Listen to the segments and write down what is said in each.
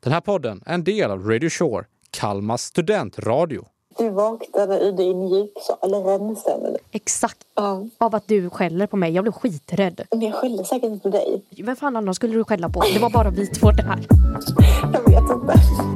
Den här podden är en del av Radio Shore, Kalmas studentradio. Du vaknade ur din djupsal, eller remsömn. Exakt. Av att du skäller på mig. Jag blev skiträdd. Men jag skällde säkert inte på dig. Vem fan annars skulle du skälla på? Det var bara vi två där. Jag vet inte.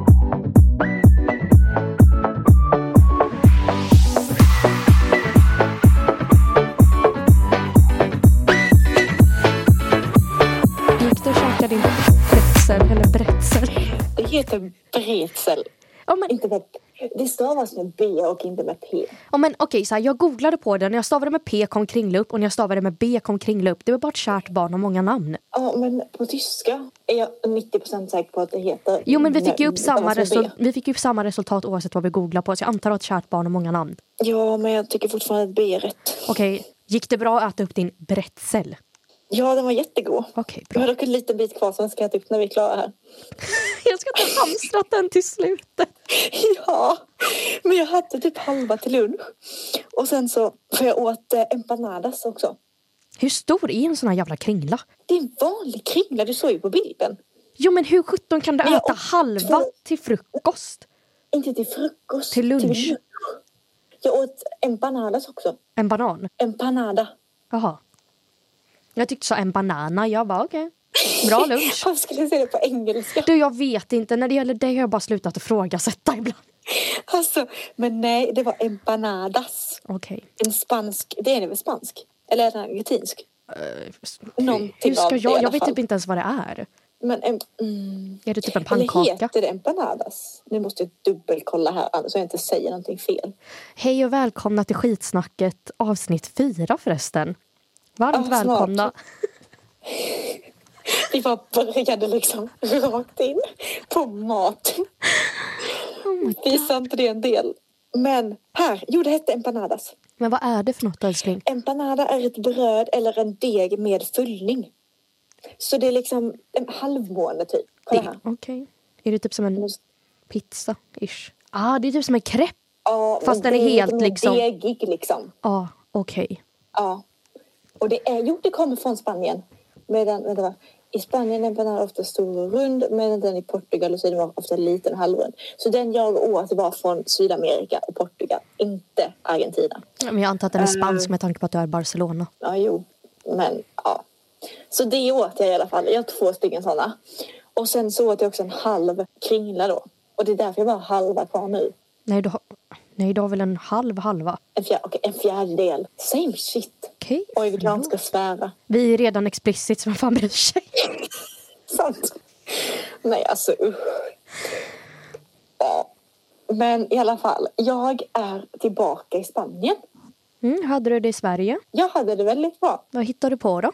Gick du och käkade din pretzel eller bretzel? Det heter bretzel. Ja, men... Inte med, det stavas med B och inte med P. Ja, men okej, så här, jag googlade på det. När jag stavade med P kom kringla upp och när jag stavade med B kom kringla upp. Det var bara ett kärt barn och många namn. Ja, men på tyska är jag 90% säker på att det heter... Jo, men vi fick ju upp samma resultat oavsett vad vi googlade på. Så jag antar att ett kärt barn och många namn. Ja, men jag tycker fortfarande att B är rätt. Okej, gick det bra att äta upp din bretzel? Ja, den var jättegod. Okej, Jag bra. har dock en liten bit kvar som ska jag äta upp när vi är klara här. Jag ska ta hamstrat den till slutet. Ja, men jag hade typ halva till lunch. Och sen så, för jag åt empanadas också. Hur stor är en sån här jävla kringla? Det är en vanlig kringla, du såg ju på bilden. Jo, men hur 17 kan du äta halva till frukost? Inte till frukost. Till lunch. Jag åt empanadas också. En banan? Empanada. Jaha. Jag tyckte så en banana. Jag bara okej. Bra lunch. Jag skulle säga det på engelska. Du, jag vet inte. När det gäller det har jag bara slutat ifrågasätta ibland. Alltså, men nej, det var empanadas. Okej. En spansk, det är väl spansk? Eller är det argentinsk? Någonting Hur ska av det i jag alla vet fall. typ inte ens vad det är. Men Är det typ en eller pannkaka? heter det empanadas? Nu måste jag dubbelkolla här, annars så jag inte säger någonting fel. Hej och välkomna till skitsnacket avsnitt 4 förresten. Varmt välkomna. Vi bara började liksom rakt in på mat. Visar inte det en del. Men här, jo det hette empanadas. Men vad är det för något, älskling? Empanada är ett bröd eller en deg med fyllning. Så det är liksom en halvmåne typ. Kolla här. Okej. Är det typ som en pizza-ish? Det är typ som en crepe. Ja, fast den är helt liksom... degig liksom. Ja, okej. Ja. Och det kommer från Spanien. I Spanien är empanada ofta stor och rund, medan den i Portugal så är den ofta liten och halvrund. Så den jag åt var från Sydamerika och Portugal, inte Argentina. Men jag antar att den är spansk med tanke på att du är i Barcelona. Ja, jo. Men, ja. Så det åt jag i alla fall. Jag åt 2 stycken sådana. Och sen så åt jag också en halv kringla då. Och det är därför jag bara halva kvar nu. Nej, du har väl en halva? En fjärdedel. Same shit. Okej. Oj, vi kanske ska svära. Vi är redan explicit som fan bryr sig. Sant. Nej, alltså Ja. Men i alla fall, jag är tillbaka i Spanien. Hade du det i Sverige? Jag hade det väldigt bra. Vad hittade du på då?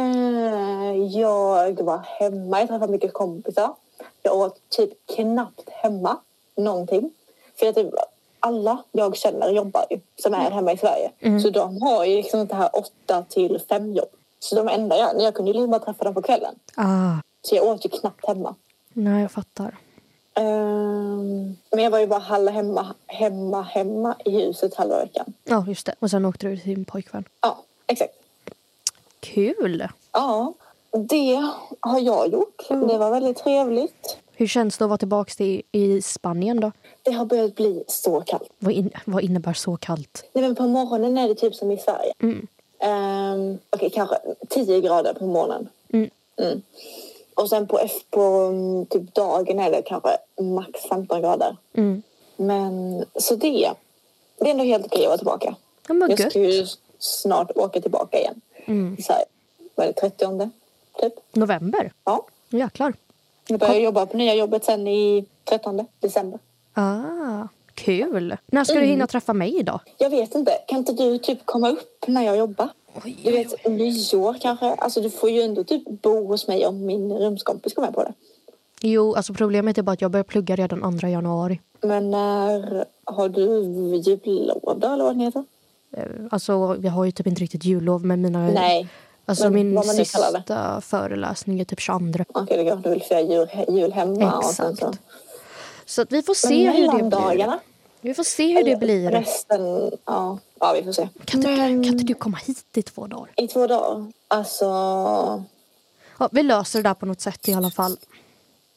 Jag var hemma, jag träffade mycket kompisar. Jag åt typ knappt hemma någonting. För jag typ, alla jag känner jobbar ju som är hemma i Sverige. Så de har ju liksom det här 8-5 jobb. Så de enda jag kunde ju liksom bara träffa dem på kvällen. Så jag åt ju knappt hemma. Nej, jag fattar. Men jag var ju bara hemma i huset halva veckan. Ja, just det. Och sen åkte du till din pojkvän. Ja, exakt. Kul! Ja, det har jag gjort. Det var väldigt trevligt. Hur känns det att vara tillbaka i Spanien då? Det har börjat bli så kallt. Vad innebär så kallt? Nej, men på morgonen är det typ som i Sverige. Okej, kanske 10 grader på morgonen. Och sen på typ dagen är det kanske max 15 grader. Men så det är ändå helt okej att vara tillbaka. Ja, men jag ska ju snart åka tillbaka igen. Så här, vad är det, 30 typ? November? Ja. Jäklar. Jag börjar jobba på nya jobbet sen i 13 december. Kul. När ska du hinna träffa mig idag? Jag vet inte. Kan inte du typ komma upp när jag jobbar? Du vet, nyår kanske. Alltså du får ju ändå typ bo hos mig om min rumskompis kommer på det. Jo, alltså problemet är bara att jag börjar plugga redan 2 januari. Men när har du jullov då, eller vad det heter? Alltså, jag har ju typ inte riktigt jullov med mina... Nej. Alltså men min sista föreläsning är typ 22. Okej, det går. Du vill fira jul hemma. Exakt. Och så att vi får se hur det blir. Vi får se hur det blir. Resten, ja vi får se. Kan inte du komma hit i 2 dagar? I 2 dagar? Alltså... Ja, vi löser det där på något sätt i alla fall.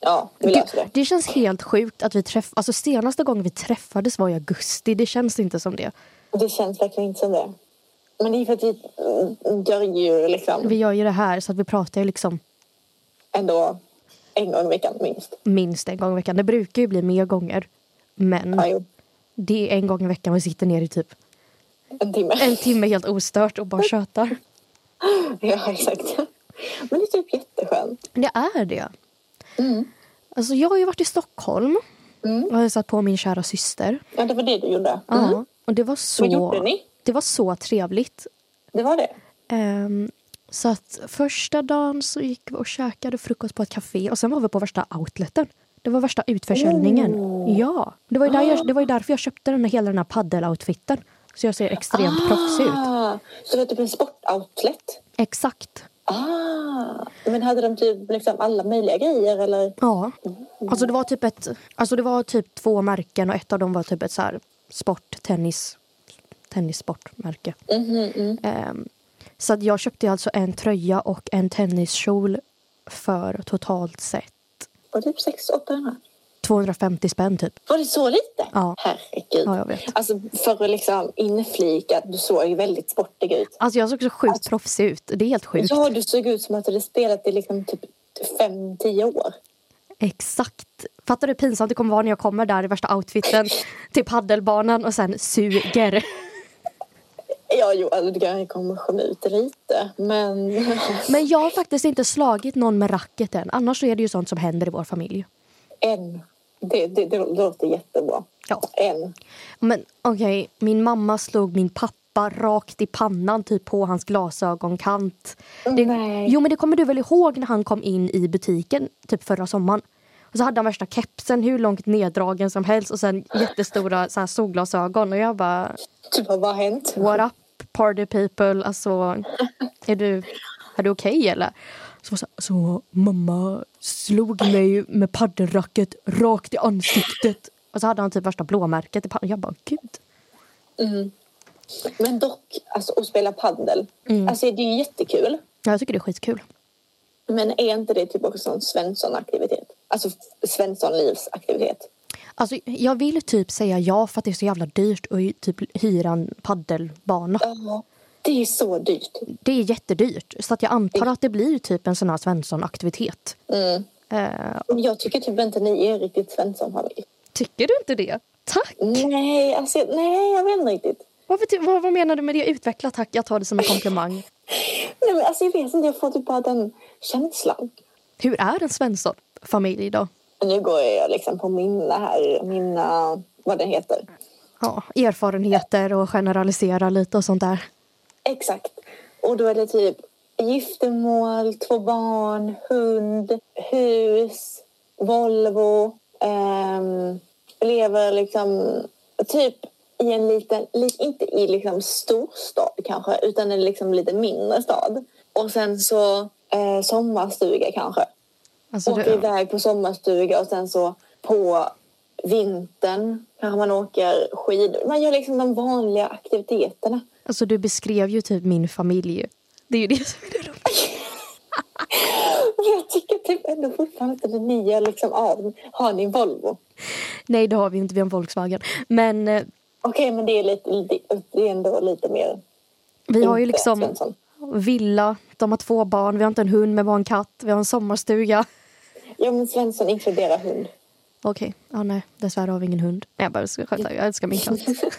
Ja, vi löser det. Det känns helt sjukt att vi alltså senaste gången vi träffades var i augusti. Det känns inte som det. Det känns verkligen inte som det. Men det är för att vi gör ju liksom... Vi gör ju det här så att vi pratar ju liksom... Ändå en gång i veckan minst. Minst en gång i veckan. Det brukar ju bli mer gånger. Men det är en gång i veckan vi sitter ner i typ... En timme helt ostört och bara tjötar. Ja, exakt. Men det är typ jätteskönt. Det är det. Mm. Alltså jag har ju varit i Stockholm. Och har satt på min kära syster. Ja, det var det du gjorde. Ja, och det var så... Vad gjorde ni? Det var så trevligt. Det var det? Så att första dagen så gick vi och käkade frukost på ett café. Och sen var vi på värsta outleten. Det var värsta utförsäljningen. Ja, det var ju därför jag köpte hela den här paddel-outfitten. Så jag ser extremt proffsig ut. Så det var typ en sportoutlet? Exakt. Men hade de typ liksom alla möjliga grejer eller? Ja. Alltså det var typ 2 märken och ett av dem var typ ett så här tennissportmärke. Så att jag köpte alltså en tröja och en tenniskjol för totalt sett. Och typ 600-800? 250 spänn typ. Var det så lite? Ja. Herregud. Ja, jag vet. Alltså för att liksom inflika att du såg ju väldigt sportig ut. Alltså jag såg så sjukt proffsig ut. Det är helt sjukt. Ja, du såg ut som att du hade spelat i liksom typ 5-10 år. Exakt. Fattar du hur pinsamt det kommer vara när jag kommer där i värsta outfiten till paddelbanan och sen suger. Ja, jo, alltså det kan komma komma ut lite, men... Men jag har faktiskt inte slagit någon med racket än. Annars så är det ju sånt som händer i vår familj. Det låter jättebra. Ja. En. Men okej, min mamma slog min pappa rakt i pannan typ på hans glasögonkant. Nej. Jo, men det kommer du väl ihåg när han kom in i butiken typ förra sommaren. Och så hade han värsta kepsen hur långt neddragen som helst och sen jättestora så här solglasögon och jag bara... Typ, vad har hänt? What up party people? Alltså, är du okej eller? Så mamma slog mig med paddelracket rakt i ansiktet. Och så hade han typ värsta blåmärket i pannan. Jag bara, gud. Men dock, alltså att spela paddel. Alltså det är ju jättekul. Ja, jag tycker det är skitkul. Men är inte det typ också en Svensson-aktivitet? Alltså Svensson-livsaktivitet? Alltså jag vill typ säga ja för att det är så jävla dyrt att typ hyra en paddelbana. Ja, det är så dyrt. Det är jättedyrt. Så att jag antar att det blir typ en sån här Svensson-aktivitet. Jag tycker typ inte ni är riktigt Svensson-familj. Tycker du inte det? Tack! Nej, jag vet inte riktigt. Vad menar du med det? Utveckla, tack. Jag tar det som en komplimang. Nej, men alltså jag vet inte, jag får typ bara den känslan. Hur är en Svensson-familj idag? Nu går jag liksom på mina, vad det heter. Ja, erfarenheter och generalisera lite och sånt där. Exakt. Och då är det typ giftermål, 2 barn, hund, hus, Volvo. Lever liksom typ i en liten, inte i liksom storstad kanske, utan en liksom lite mindre stad. Och sen så sommarstuga kanske. Alltså åker iväg på sommarstuga och sen så på vintern kanske man åker skidor. Man gör liksom de vanliga aktiviteterna. Alltså du beskrev ju typ min familj. Det är ju det som är det roligt. Jag tycker typ ändå fortfarande att ni är liksom har ni en Volvo? Nej, det har vi inte. Vi har en Volkswagen. Men... Okej, men det är ändå lite mer... Vi har ju liksom villa. De har 2 barn. Vi har inte en hund med bara en katt. Vi har en sommarstuga. Ja, men Svensson inkluderar hund. Okej. Ja, nej. Dessvärre har vi ingen hund. Nej, jag bara ska sköta. Jag älskar min katt.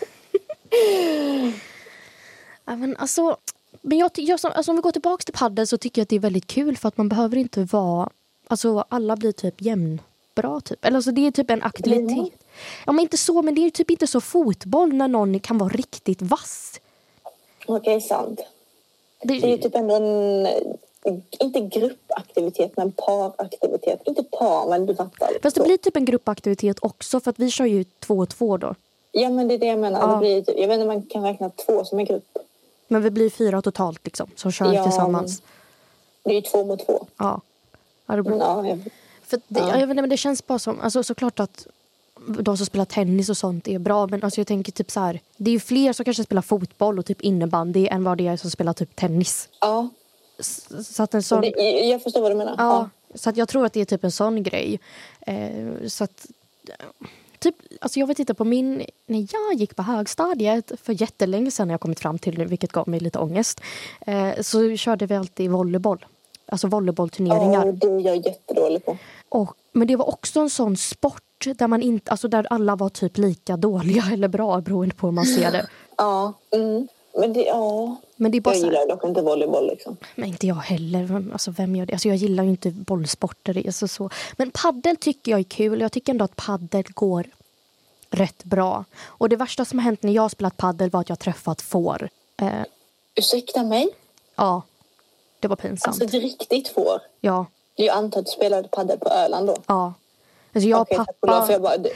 Ja, men alltså... Men alltså, om vi går tillbaka till paddel så tycker jag att det är väldigt kul för att man behöver inte vara... Alltså alla blir typ jämnbra typ. Eller alltså det är typ en aktivitet. Ja, men inte så, men det är typ inte så fotboll när någon kan vara riktigt vass. Okej, sant. Det är typ ändå en... Inte gruppaktivitet, men paraktivitet. Inte par, men du fattar. Fast det blir typ en gruppaktivitet också för att vi kör ju 2-2 då. Ja, men det är det jag menar. Ja. Det blir typ, jag vet inte om man kan räkna 2 som en grupp. Men vi blir 4 totalt liksom, som kör tillsammans. Det är ju 2 mot 2. Ja. Ja, det blir... För jag vet inte, men det känns bara som... Alltså såklart att de som spelar tennis och sånt är bra. Men alltså jag tänker typ så här... Det är ju fler som kanske spelar fotboll och typ innebandy än vad det är som spelar typ tennis. Ja. Så att en sån... Jag förstår vad du menar. Ja. Så att jag tror att det är typ en sån grej. Så att typ, alltså jag vet inte, när jag gick på högstadiet för jättelänge sedan när jag kommit fram till, vilket gav mig lite ångest, så körde vi alltid volleyboll. Alltså volleybollturneringar. Ja, det är jag jättedålig på. Men det var också en sån sport där man inte, alltså där alla var typ lika dåliga eller bra beroende på hur man ser det. Ja, Men det är bara jag gillar dock inte volleyboll liksom. Men inte jag heller. Alltså vem gör det? Alltså jag gillar ju inte bollsporter. Alltså så. Men paddel tycker jag är kul. Jag tycker ändå att paddel går rätt bra. Och det värsta som har hänt när jag har spelat paddel var att jag träffat får. Ursäkta mig? Ja, det var pinsamt. Alltså ett riktigt får? Ja. Det är ju antar att du spelade paddel på Öland då? Ja. Alltså jag och pappa... För jag bara,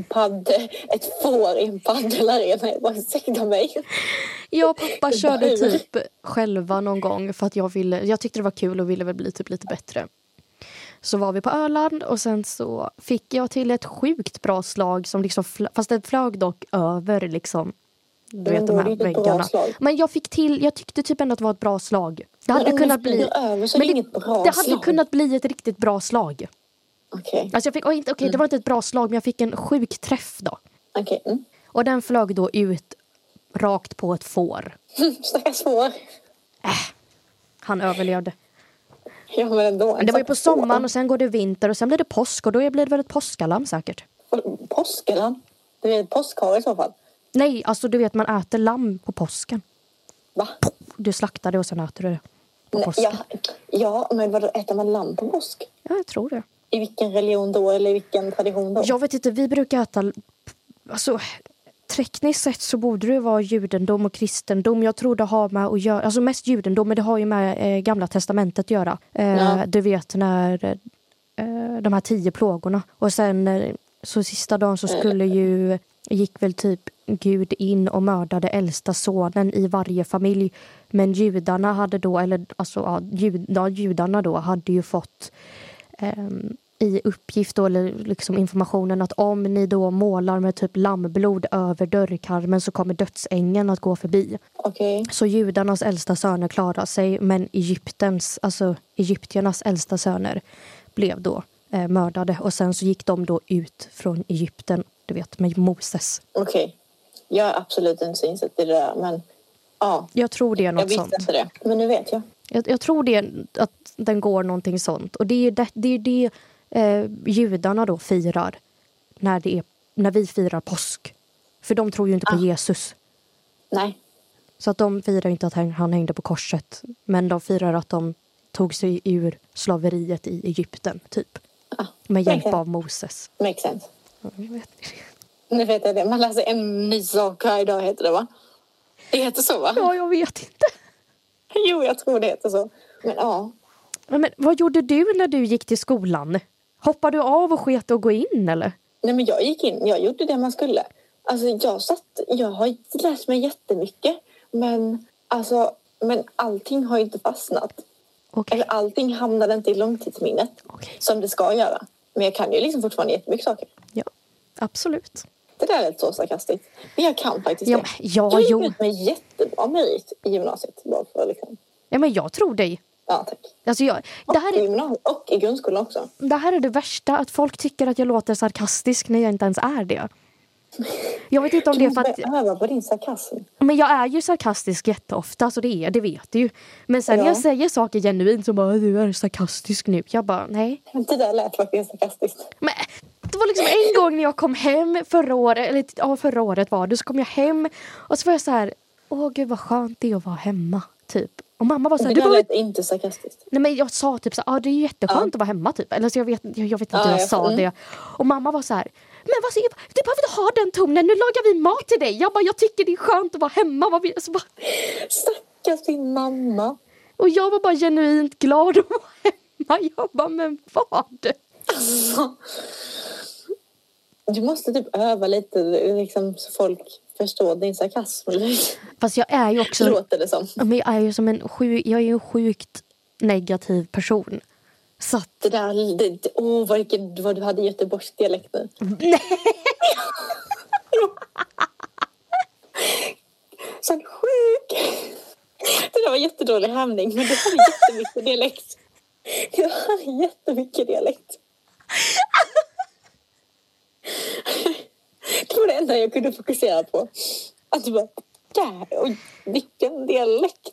ett får i en paddelarena. Jag bara, ursäkta mig. Jag och pappa körde typ själva någon gång för att jag tyckte det var kul och ville väl bli typ lite bättre. Så var vi på Öland och sen så fick jag till ett sjukt bra slag som liksom, fast det flög dock över liksom, du vet, de här väggarna. Men jag tyckte typ ändå att det var ett bra slag. Det hade kunnat bli kunnat bli ett riktigt bra slag. Okej. Alltså det var inte ett bra slag, men jag fick en sjuk träff då. Okej. Och den flög då ut rakt på ett får. Stackars får. Han överlevde. Ja, men ändå. Det var ju på sommaren och sen går det vinter och sen blir det påsk och då blir det väl ett påskalam säkert. Påskalam? Det är ett påskhare i så fall. Nej, alltså du vet man äter lamm på påsken. Va? Du slaktar det och sen äter du det på påsken. Ja, men vadå, äter man lamm på påsk? Ja, jag tror det. I vilken religion då eller i vilken tradition då? Jag vet inte, vi brukar äta... Alltså, tekniskt sett så borde det vara judendom och kristendom. Jag tror det har med att göra... Alltså mest judendom, men det har ju med Gamla testamentet att göra. Du vet när de här 10 plågorna. Och sen så sista dagen så gick väl typ Gud in och mördade äldsta sonen i varje familj. Men judarna hade då, judarna då hade ju fått i uppgift då, eller liksom informationen att om ni då målar med typ lammblod över dörrkarmen så kommer dödsängeln att gå förbi. Okay. Så judarnas äldsta söner klarade sig, men egyptiernas äldsta söner blev då mördade. Och sen så gick de då ut från Egypten, du vet, med Moses. Okej. Jag har absolut inte så insett det där, men ja. Jag tror det är något sånt. Jag visste inte det, men nu vet jag. Jag tror det att den går någonting sånt. Och det är det judarna då firar när vi firar påsk. För de tror ju inte på Jesus. Nej. Så att de firar inte att han hängde på korset. Men de firar att de tog sig ur slaveriet i Egypten, typ. Med hjälp av Moses. Makes sense. Vet nu vet jag det. Man läser en ny sak här idag, heter det, va? Det heter så, va? Ja, jag vet inte. Jo, jag tror det heter så. Men ja. Men vad gjorde du när du gick till skolan? Hoppade du av och sket och gå in, eller? Nej, men jag gick in. Jag gjorde det man skulle. Alltså, jag har läst mig jättemycket. Men allting har ju inte fastnat. Okay. Eller allting hamnade inte i långtidsminnet. Som det ska göra. Men jag kan ju liksom fortfarande jättemycket saker. Ja, absolut. Det där är lite så sarkastiskt. Men jag kan faktiskt det. Jag gick ut med jättebra merit i gymnasiet. Bara för liksom. Ja, men jag tror dig. Ja, tack. Alltså och i grundskolan också. Det här är det värsta, att folk tycker att jag låter sarkastisk när jag inte ens är det. Jag vet inte om det är för att... öva på din sarkasm. Men jag är ju sarkastisk jätteofta, så det vet du ju. Men sen när jag säger saker genuint så bara, du är sarkastisk nu. Jag bara, nej. Det där lät faktiskt sarkastiskt. Men det var liksom en gång när jag kom hem förra året var det, så kom jag hem och så var jag så här, åh gud vad skönt det är att vara hemma, typ. Och mamma var så här, det lät inte sarkastiskt. Nej, men jag sa typ så här, det är ju jätteskönt att vara hemma typ. Eller så jag vet inte hur jag sa det. Och mamma var så här, men vad säger du, behöver inte ha den tonen, nu lagar vi mat till dig. Jag tycker det är skönt att vara hemma. Stackars din mamma. Och jag var bara genuint glad att vara hemma. Jag bara, men vad? Alltså, du måste typ öva lite liksom, så folk förstår din sarkasm. Fast jag är ju också... Låter det som. Men jag är ju som jag är ju en sjukt negativ person. Så att... Det där, vad du hade Göteborgs dialekt nu. Nej! Sån sjuk. Det där var jättedålig hämning, men det hade jättemycket dialekt. Jag har jättemycket dialekt. Det var det enda jag kunde fokusera på. Att du bara, där, oj, vilken dialekt.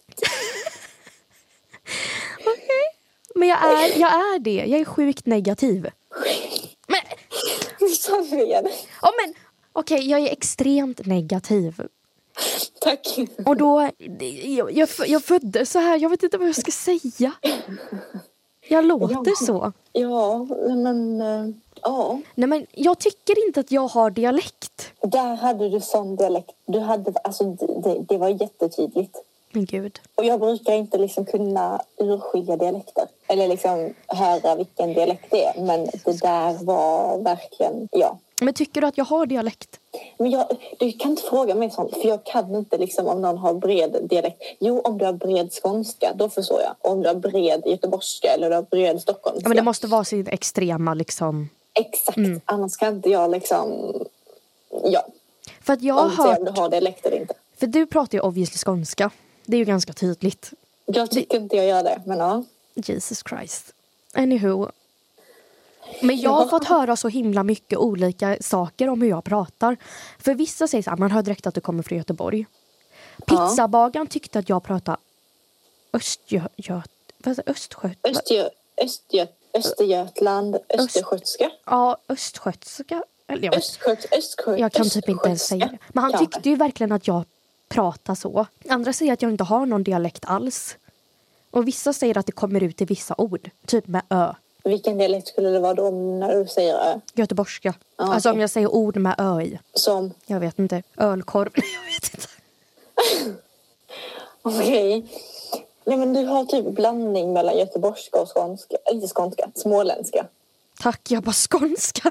Okej. Men jag är det. Jag är sjukt negativ. Men, Sorry. men okej, jag är extremt negativ. Tack. Och då, jag föddes så här, jag vet inte vad jag ska säga. Jag låter så. Ja, men ja. Nej, men jag tycker inte att jag har dialekt. Där hade du sån dialekt. Du hade, alltså, det var jättetydligt. Men gud. Och jag brukar inte liksom kunna urskilja dialekter. Eller liksom höra vilken dialekt det är. Men det där var verkligen, ja. Men tycker du att jag har dialekt? Men du kan inte fråga mig sånt. För jag kan inte liksom om någon har bred dialekt. Jo, om du har bred skånska, då förstår jag. Om du har bred göteborgska eller du har bred stockholmska. Ja, men det måste vara sin extrema liksom. Exakt. Annars kan inte jag liksom, ja. För att jag har hört... om du har dialekt eller inte. För du pratar ju obviously skånska. Det är ju ganska tydligt. Jag tycker inte jag gör det, men ja. Jesus Christ. Anywho. Men jag har fått höra så himla mycket olika saker om hur jag pratar. För vissa säger så här, man hör direkt att du kommer från Göteborg. Pizzabagaren tyckte att jag pratade Östergötland, österskötska. Ja, östgötska. Jag kan typ inte ens säga det. Men han tyckte ju verkligen att jag pratar så. Andra säger att jag inte har någon dialekt alls. Och vissa säger att det kommer ut i vissa ord. Typ med ö. Vilken dialekt skulle det vara då när du säger ö? Göteborgska. Alltså om jag säger ord med ö i. Som? Jag vet inte. Ölkorv. Jag vet inte. Okej. Nej, men du har typ blandning mellan göteborgska och skånska. Inte skånska, småländska. Tack, jag bara skånska.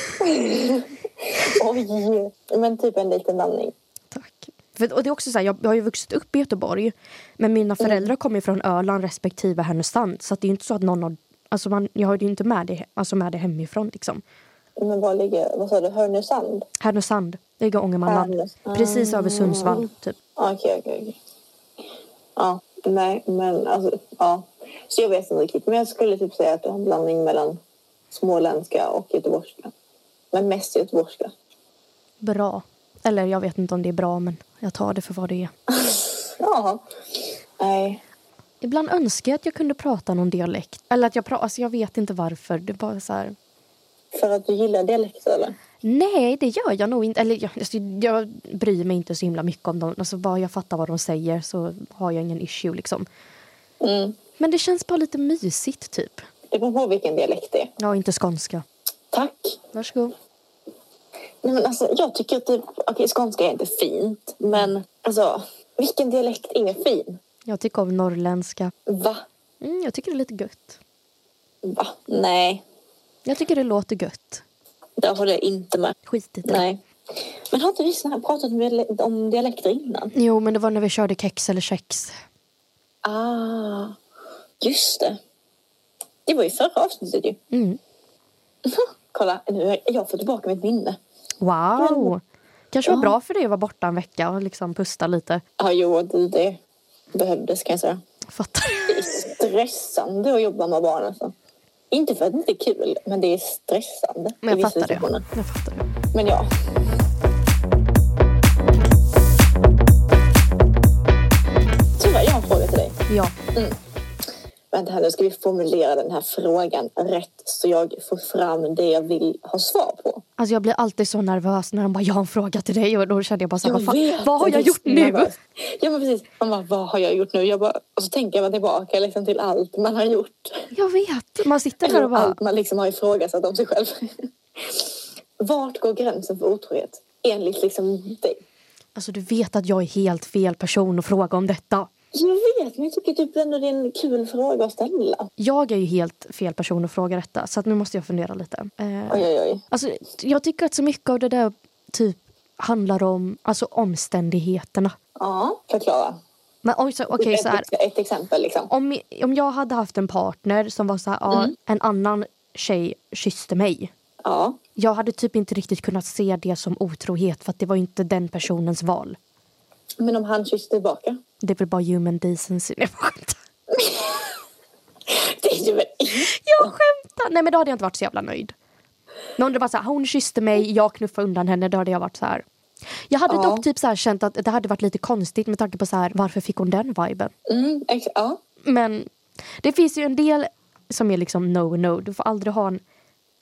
Oj, men typ en liten blandning. Tack. Och det är också så här, jag har ju vuxit upp i Göteborg. Men mina föräldrar kommer från Öland respektive Härnösand. Så att det är ju inte så att någon har... Alltså jag har ju inte med det hemifrån liksom. Men vad sa du, Härnösand? Härnösand, det ligger Ångermanland. Precis över Sundsvall typ. Okej. Ja, nej, men alltså, ja. Så jag vet inte riktigt. Men jag skulle typ säga att du har en blandning mellan småländska och göteborgska. Men mest göteborgska. Bra. Eller jag vet inte om det är bra, men jag tar det för vad det är. Ja, nej. Ibland önskar jag att jag kunde prata någon dialekt. Eller att alltså jag vet inte varför. Det är bara så här... För att du gillar dialekter eller? Nej, det gör jag nog inte. Eller jag bryr mig inte så himla mycket om dem. Alltså bara jag fattar vad de säger så har jag ingen issue liksom. Men det känns bara lite mysigt typ. Det beror på vilken dialekt det är. Ja, inte skånska. Tack. Varsågod. Nej, men alltså jag tycker att typ, skånska är inte fint. Men alltså, vilken dialekt är fin? Jag tycker om norrländska. Va? Jag tycker det är lite gött. Va? Nej. Jag tycker det låter gött. Det har det inte med. Skitigt. Nej. Men har inte vi pratat om dialekter innan? Jo, men det var när vi körde kex eller kex. Just det. Det var ju förra avsnittet ju. Kolla, nu har jag fått tillbaka mitt minne. Wow. Kanske var bra för dig att vara borta en vecka och liksom pusta lite. Ja, jo, det behövdes kan jag säga. Fattar. Det är stressande att jobba med barn alltså. Inte för att det inte är kul, men det är stressande. Men jag fattar det. Men ja. Tyvärr, jag har en fråga till dig. Ja. Vänta här, nu ska vi formulera den här frågan rätt så jag får fram det jag vill ha svar på. Alltså jag blir alltid så nervös när de bara, jag har en fråga till dig och då kände jag bara så här, vad har jag gjort nu? Ja men precis, man bara, vad har jag gjort nu? Och så tänker man tillbaka liksom, till allt man har gjort. Jag vet, man sitter där och bara... Allt man liksom har ifrågasatt om sig själv. Vart går gränsen för otrohet? Enligt liksom dig. Alltså du vet att jag är helt fel person att fråga om detta. Jag vet, men jag tycker typ ändå det är en kul fråga att ställa. Jag är ju helt fel person att fråga detta, så att nu måste jag fundera lite. Oj. Alltså, jag tycker att så mycket av det där typ handlar om alltså, omständigheterna. Ja, förklara. Men okej, så här. Ett exempel liksom. Om jag hade haft en partner som var så här, en annan tjej kysste mig. Ja. Jag hade typ inte riktigt kunnat se det som otrohet för att det var inte den personens val. Men om han kysste tillbaka? Det är väl bara human decency. Det är ju Jag skämtar. Nej, men då hade jag inte varit så jävla nöjd. Men om det var så här, hon kysste mig, jag knuffade undan henne, då hade jag varit så här. Jag hade dock typ så här känt att det hade varit lite konstigt med tanke på så här, varför fick hon den viben? Ja. Men det finns ju en del som är liksom no. Du får aldrig ha en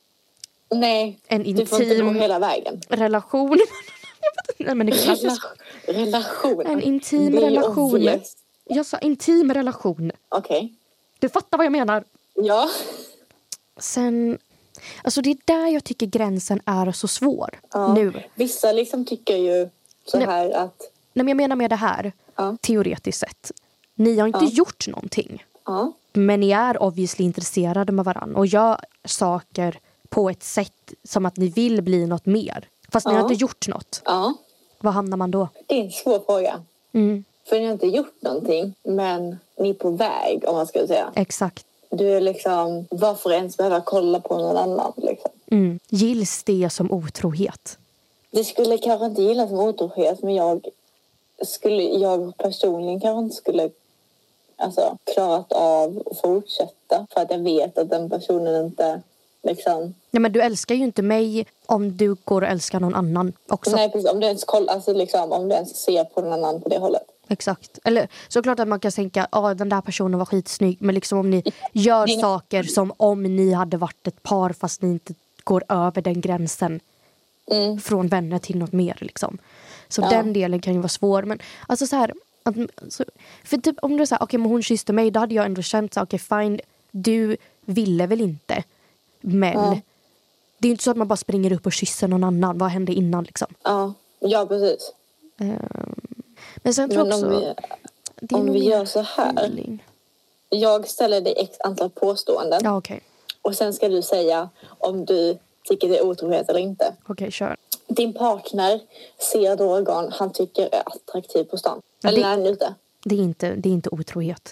du får inte gå hela vägen. Relation. Nej, men det är klassiskt. Relation. En intim relation. Obvious. Jag sa intim relation. Okej. Du fattar vad jag menar. Ja. Sen, alltså det är där jag tycker gränsen är så svår nu. Vissa liksom tycker ju så här att... Nej, men jag menar med det här, teoretiskt sett. Ni har inte gjort någonting. Ja. Men ni är obviously intresserade med varandra. Och gör saker på ett sätt som att ni vill bli något mer. Fast ni har inte gjort något. Ja. Vad hamnar man då? Det är en svår fråga. För ni har inte gjort någonting, men ni är på väg, om man ska säga. Exakt. Du är liksom, varför ens behöva kolla på någon annan? Liksom. Gills det som otrohet? Det skulle kanske inte gillas som otrohet, men jag personligen kanske inte skulle klarat av att fortsätta. För att jag vet att den personen inte liksom... Ja, men du älskar ju inte mig om du går och älskar någon annan också. Nej, precis. Om du ens om du ens ser på någon annan på det hållet. Exakt. Eller såklart att man kan tänka den där personen var skitsnygg. Men liksom om ni gör saker som om ni hade varit ett par fast ni inte går över den gränsen från vänner till något mer liksom. Så den delen kan ju vara svår. Men alltså så här... för typ om du säger okej, men hon kysste mig, då hade jag ändå känt så okej, fine, du ville väl inte. Men det är inte så att man bara springer upp och kysser någon annan. Vad hände innan liksom? Ja, precis. Men sen tror jag också... Om vi gör så här. Feeling. Jag ställer dig x antal påståenden. Ja, okej. Och sen ska du säga om du tycker det är otrohet eller inte. Okej, kör. Din partner ser då organ han tycker är attraktiv på stan. Eller när han är ute. Det är inte otrohet.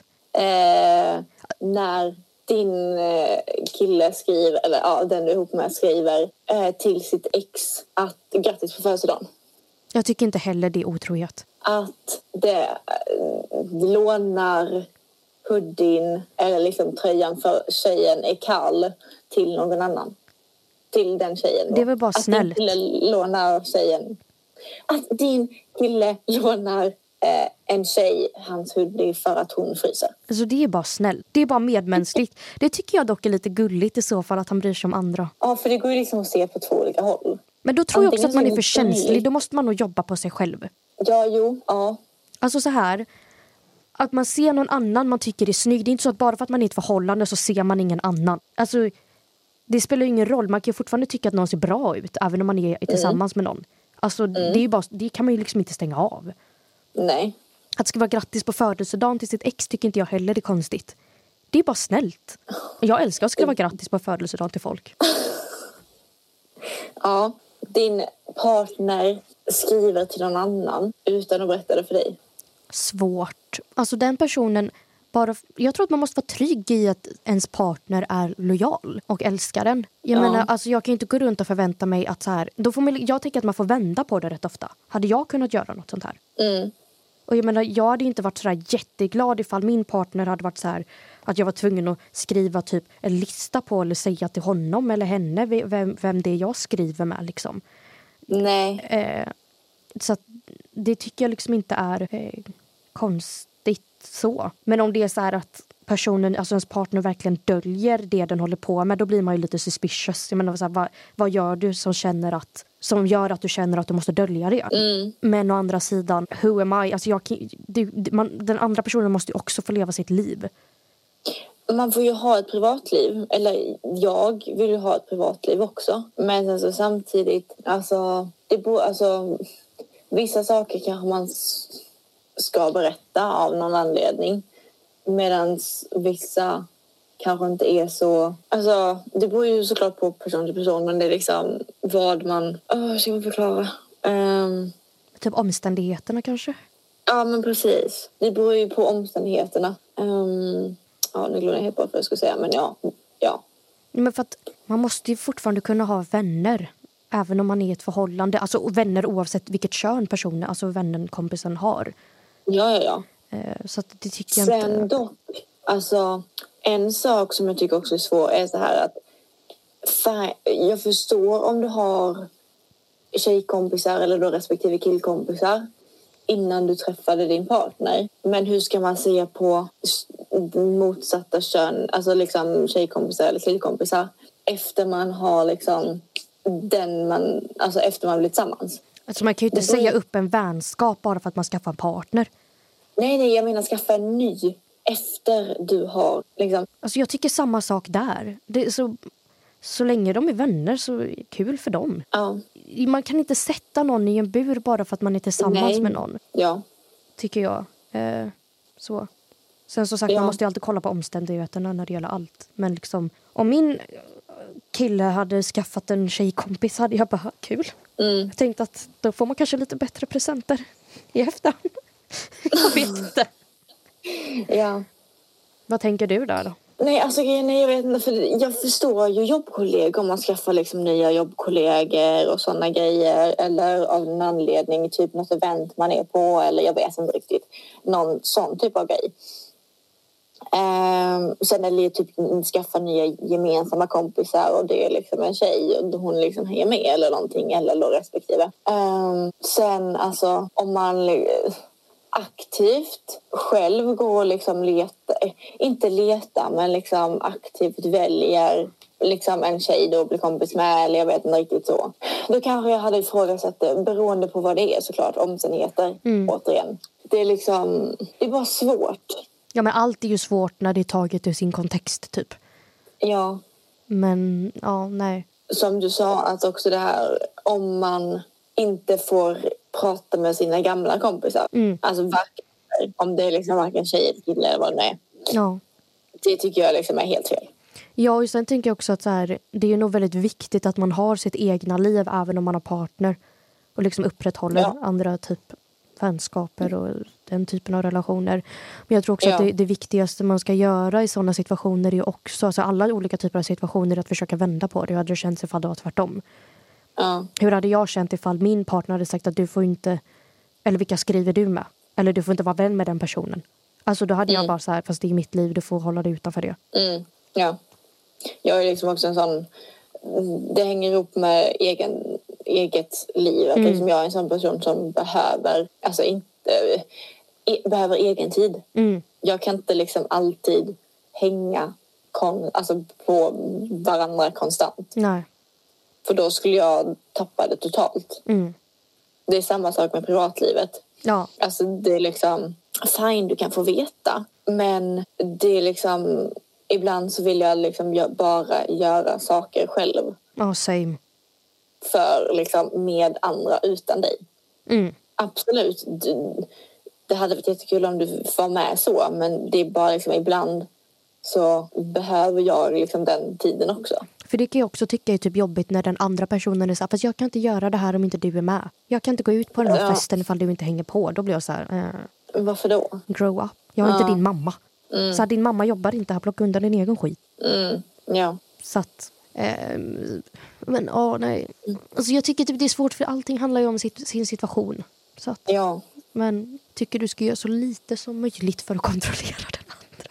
När din kille skriver, eller den du är ihop med skriver till sitt ex att grattis på födelsedagen. Jag tycker inte heller det är otrohet. Att det lånar hoodien eller liksom tröjan för tjejen är kall till någon annan. Till den tjejen då. Det är väl bara snällt. Att din kille lånar tjejen. Att din kille lånar en tjej hans hoodie för att hon fryser. Alltså det är bara snällt. Det är bara medmänskligt. Det tycker jag dock är lite gulligt i så fall att han bryr sig om andra. Ja, för det går ju liksom att se på två olika håll. Men då tror jag också att man är för känslig. Då måste man nog jobba på sig själv. Ja. Alltså så här. Att man ser någon annan man tycker är snygg. Det är inte så att bara för att man är i ett förhållande så ser man ingen annan. Alltså det spelar ju ingen roll. Man kan ju fortfarande tycka att någon ser bra ut. Även om man är tillsammans med någon. Alltså det är ju bara, det kan man ju liksom inte stänga av. Nej. Att ska vara grattis på födelsedagen till sitt ex tycker inte jag heller är konstigt. Det är bara snällt. Jag älskar att skriva grattis på födelsedagen till folk. Ja, din partner skriver till någon annan utan att berätta det för dig. Svårt. Alltså den personen jag tror att man måste vara trygg i att ens partner är lojal och älskar den. Jag menar, alltså jag kan inte gå runt och förvänta mig att så här, jag tänker att man får vända på det rätt ofta. Hade jag kunnat göra något sånt här? Och jag menar, jag hade inte varit så här jätteglad ifall min partner hade varit så här att jag var tvungen att skriva typ en lista på eller säga till honom eller henne vem det är jag skriver med liksom. Nej. Så att det tycker jag liksom inte är konstigt så. Men om det är så här att personen, alltså ens partner verkligen döljer det den håller på med, då blir man ju lite suspicious. Jag menar, så här, vad gör du som gör att du känner att du måste dölja det? Men å andra sidan, who am I? Alltså den andra personen måste ju också få leva sitt liv. Man får ju ha ett privatliv. Eller jag vill ju ha ett privatliv också. Men alltså, samtidigt, vissa saker kanske man ska berätta av någon anledning. Medan vissa kanske inte är så... Alltså, det beror ju såklart på person till person. Men det är liksom vad man... ska man förklara? Typ omständigheterna kanske? Ja, men precis. Det beror ju på omständigheterna. Nu glömde jag helt bort vad jag skulle säga. Men ja. Men för att man måste ju fortfarande kunna ha vänner. Även om man är i ett förhållande. Alltså vänner oavsett vilket kön personen, alltså vännen, kompisen har. Ja. Så att det tycker jag inte... Sen dock, alltså En sak som jag tycker också är svår är så här att jag förstår om du har tjejkompisar eller då respektive killkompisar innan du träffade din partner. Men hur ska man se på motsatta kön, alltså liksom tjejkompisar eller killkompisar efter man har liksom efter man blivit tillsammans? Alltså man kan ju inte säga upp en vänskap bara för att man skaffar en partner. Nej, jag menar skaffa en ny efter du har liksom. Alltså jag tycker samma sak där. Det är så länge de är vänner så är det kul för dem. Ja. Man kan inte sätta någon i en bur bara för att man är tillsammans med någon. Ja. Tycker jag. Så. Sen som sagt, man måste ju alltid kolla på omständigheterna när det gäller allt. Men liksom, om min kille hade skaffat en tjejkompis hade jag bara, kul. Jag tänkte att då får man kanske lite bättre presenter i efterhand. Jag vet inte. Ja. Vad tänker du där då? Nej, alltså jag vet inte, för jag förstår ju jobbkollegor om man skaffar liksom nya jobbkollegor och sådana grejer, eller av en anledning, typ något event man är på, eller jag vet inte riktigt, någon sån typ av grej. Sen är det typ skaffa nya gemensamma kompisar och det är liksom en tjej och hon liksom hänger med eller någonting, eller då respektive. Sen alltså om man aktivt själv går och liksom inte leta men liksom aktivt väljer liksom en tjej då blir kompis med, eller jag vet inte riktigt så. Då kanske jag hade ifrågasatt det, beroende på vad det är såklart, omständigheter återigen. Det är liksom, det är bara svårt. Ja, men allt är ju svårt när det är taget ur sin kontext typ. Ja. Men, ja, nej. Som du sa, att också det här om man inte får prata med sina gamla kompisar. Alltså om det är liksom varken tjej eller kille eller vad det är. Ja. Det tycker jag liksom är helt fel. Ja, och sen tänker jag också att så här, det är nog väldigt viktigt att man har sitt egna liv även om man har partner. Och liksom upprätthåller andra typ vänskaper och den typen av relationer. Men jag tror också att det viktigaste man ska göra i sådana situationer är också, alltså alla olika typer av situationer, att försöka vända på det. Hur hade det känts ifall det var tvärtom? Hur hade jag känt ifall min partner hade sagt att du får inte, eller vilka skriver du med? Eller du får inte vara vän med den personen. Alltså då hade jag bara så här, fast det är mitt liv, du får hålla dig utanför det. Ja. Jag är liksom också en sån, det hänger ihop med eget liv. Att liksom jag är en sån person som behöver, alltså behöver egen tid. Jag kan inte liksom alltid hänga på varandra konstant. Nej. För då skulle jag tappa det totalt. Det är samma sak med privatlivet. Ja. Alltså det är liksom, fine, du kan få veta. Men det är liksom, ibland så vill jag liksom bara göra saker själv. Ja, same. För liksom med andra utan dig. Absolut. Det hade varit jättekul om du var med så. Men det är bara liksom ibland så behöver jag liksom den tiden också. För det kan jag också tycka är typ jobbigt när den andra personen är så här, fast jag kan inte göra det här om inte du är med. Jag kan inte gå ut på den här festen ifall du inte hänger på. Då blir jag så här, varför då? Grow up. Jag är inte din mamma. Så här, din mamma jobbar inte här, plocka undan din egen skit. Ja. Så att, men nej. Alltså jag tycker typ det är svårt för allting handlar ju om sin situation. Så att, men tycker du ska göra så lite som möjligt för att kontrollera den andra.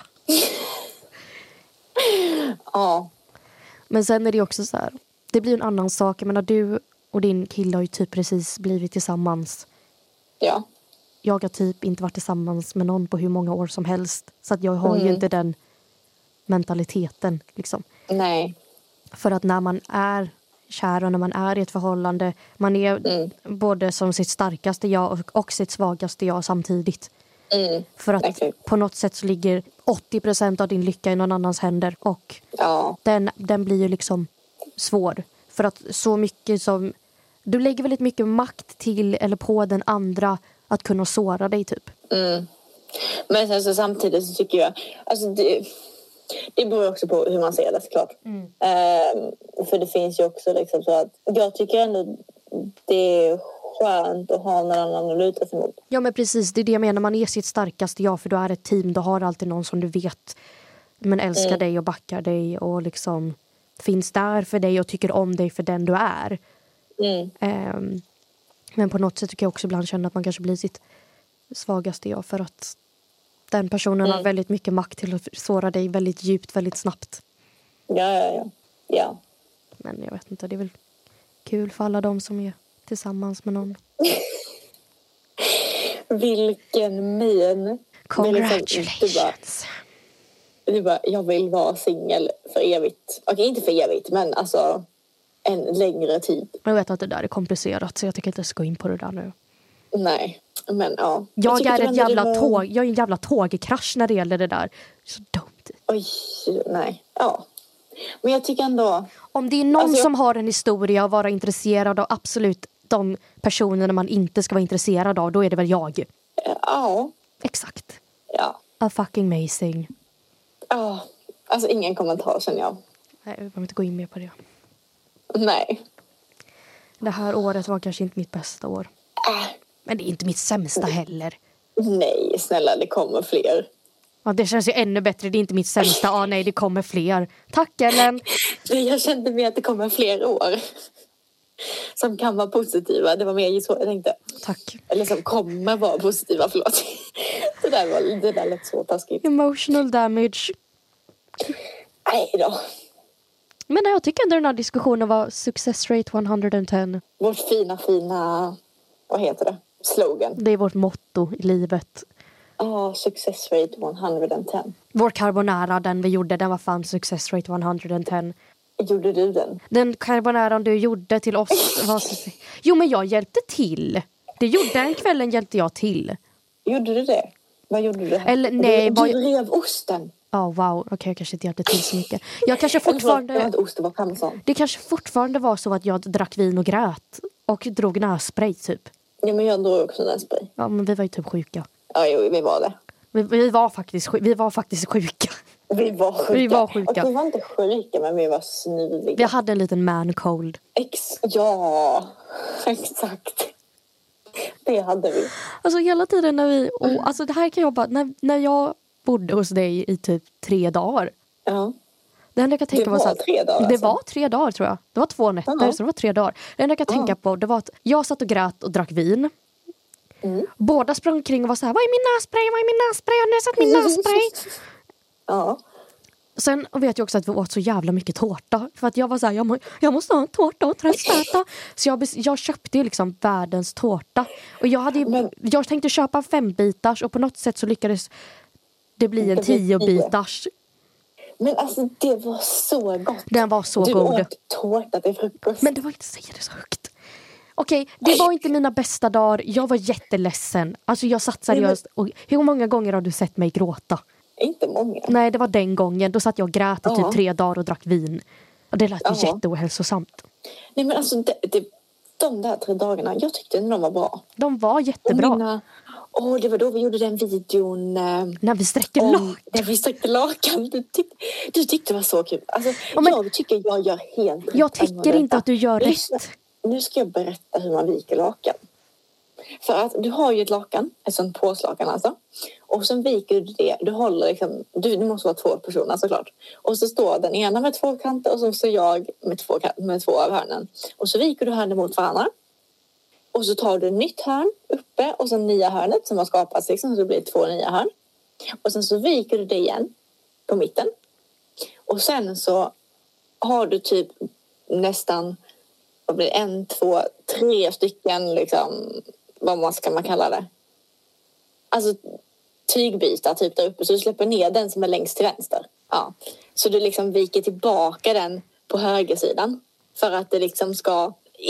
Ja. Men sen är det också så här, det blir en annan sak. Jag menar, du och din kille har ju typ precis blivit tillsammans. Ja. Jag har typ inte varit tillsammans med någon på hur många år som helst. Så att jag har ju inte den mentaliteten liksom. Nej. För att när man är kär och när man är i ett förhållande, man är både som sitt starkaste jag och sitt svagaste jag samtidigt. För att på något sätt så ligger 80% av din lycka i någon annans händer. Och den blir ju liksom svår. För att så mycket som, du lägger väldigt mycket makt till eller på den andra att kunna såra dig typ. Men sen så samtidigt så tycker jag, alltså det beror också på hur man ser det såklart. För det finns ju också liksom så att jag tycker ändå det är skönt att ha någon annan att luta sig mot. Ja, men precis, det är det jag menar. Man är sitt starkaste jag, för du är ett team. Du har alltid någon som du vet men älskar dig och backar dig och liksom finns där för dig och tycker om dig för den du är. Men på något sätt tycker jag också ibland känna att man kanske blir sitt svagaste jag, för att Den personen har väldigt mycket makt till att såra dig väldigt djupt, väldigt snabbt. Ja. Men jag vet inte, det är väl kul för alla de som är tillsammans med någon. Vilken min. Congratulations. Du bara, jag vill vara singel för evigt. Okej, inte för evigt, men alltså en längre tid. Jag vet att det där är komplicerat, så jag tycker inte jag ska gå in på det där nu. Nej, men ja. Jag är en jävla tågkrasch när det gäller det där. Så dumt. Oj, nej. Ja. Men jag tycker ändå... Om det är någon som har en historia och vara intresserad av absolut de personerna man inte ska vara intresserad av, då är det väl jag. Ja. Exakt. Ja. A fucking amazing. Ja. Alltså ingen kommentar känner jag. Nej, jag behöver inte gå in mer på det. Nej. Det här året var kanske inte mitt bästa år. Men det är inte mitt sämsta heller. Nej, snälla, det kommer fler. Ja, det känns ju ännu bättre. Det är inte mitt sämsta. Nej, det kommer fler. Tack, Ellen. Jag kände mer att det kommer fler år. Som kan vara positiva. Det var mer så jag tänkte. Tack. Eller som kommer vara positiva, förlåt. Det där lät så taskigt. Emotional damage. Nej då. Men jag tycker ändå den här diskussionen var success rate 110. Vårt fina, vad heter det? Slogan. Det är vårt motto i livet. Success rate 110. Vår carbonara, den vi gjorde, den var fan success rate 110. Gjorde du den? Den carbonaran du gjorde till oss var... Jo, men jag hjälpte till. Den kvällen hjälpte jag till. Gjorde du det? Vad gjorde du? Eller nej, du rev osten. Wow. Okej, jag kanske inte hjälpte till så mycket. Jag kanske fortfarande... Det var inte ost, det var parmesan. Det kanske fortfarande var så att jag drack vin och grät. Och drog nässpray, typ. Ja, men jag drog också nässpray. Ja, men vi var ju typ sjuka. Ja, jo, vi var det. Vi var faktiskt sjuka. Vi var sjuka. Och vi var inte sjuka, men vi var snuviga. Vi hade en liten man cold. Ja, exakt. Det hade vi. Alltså hela tiden när vi... alltså det här kan jag bara... När jag bodde hos dig i typ 3 dagar. Ja. Det enda jag kan tänka var så här, 3 dagar. Det var 3 dagar, tror jag. Det var 2 nätter, så det var 3 dagar. Det enda jag kan tänka på, det var att jag satt och grät och drack vin. Båda sprang omkring och var så här: vad är min nässpray? Jag har satt min nässpray. Ja. Sen vet jag också att vi åt så jävla mycket tårta. För att jag var så här, jag måste ha en tårta och tröstäta. Så jag köpte ju liksom världens tårta. Och jag tänkte köpa 5-bitars och på något sätt så lyckades det bli en 10-bitars. Men alltså det var så gott. Den var så god. Du åt tårta till frukost. Men det var inte, säga det så högt. Okej, det var inte mina bästa dagar. Jag var jätteledsen. Alltså jag satt seriöst. Och hur många gånger har du sett mig gråta? Inte många. Nej, det var den gången. Då satt jag och grät i typ 3 dagar och drack vin. Och det lät jätteohälsosamt. Nej, men alltså de där 3 dagarna, jag tyckte de var bra. De var jättebra. Det var då vi gjorde den videon. När vi sträckte lakan. När vi sträckte lakan. Du tyckte det var så kul. Alltså, jag tycker jag gör helt rätt. Jag tycker inte att du gör rätt. Nu ska jag berätta hur man viker lakan. För att du har ju ett lakan, ett sånt påslakan alltså. Och sen viker du det. Du håller liksom, du måste vara 2 personer såklart. Och så står den ena med 2 kanter och så står jag med 2 av hörnen. Och så viker du hörnen mot varandra. Och så tar du ett nytt hörn uppe och sen nya hörnet som har skapats liksom, så det blir 2 nya hörn. Och sen så viker du det igen på mitten. Och sen så har du typ nästan, vad blir det, 1, 2, 3 stycken liksom, vad ska man kalla det? Alltså tygbitar typ där uppe, så du släpper ner den som är längst till vänster. Ja. Så du liksom viker tillbaka den på högersidan för att det liksom ska,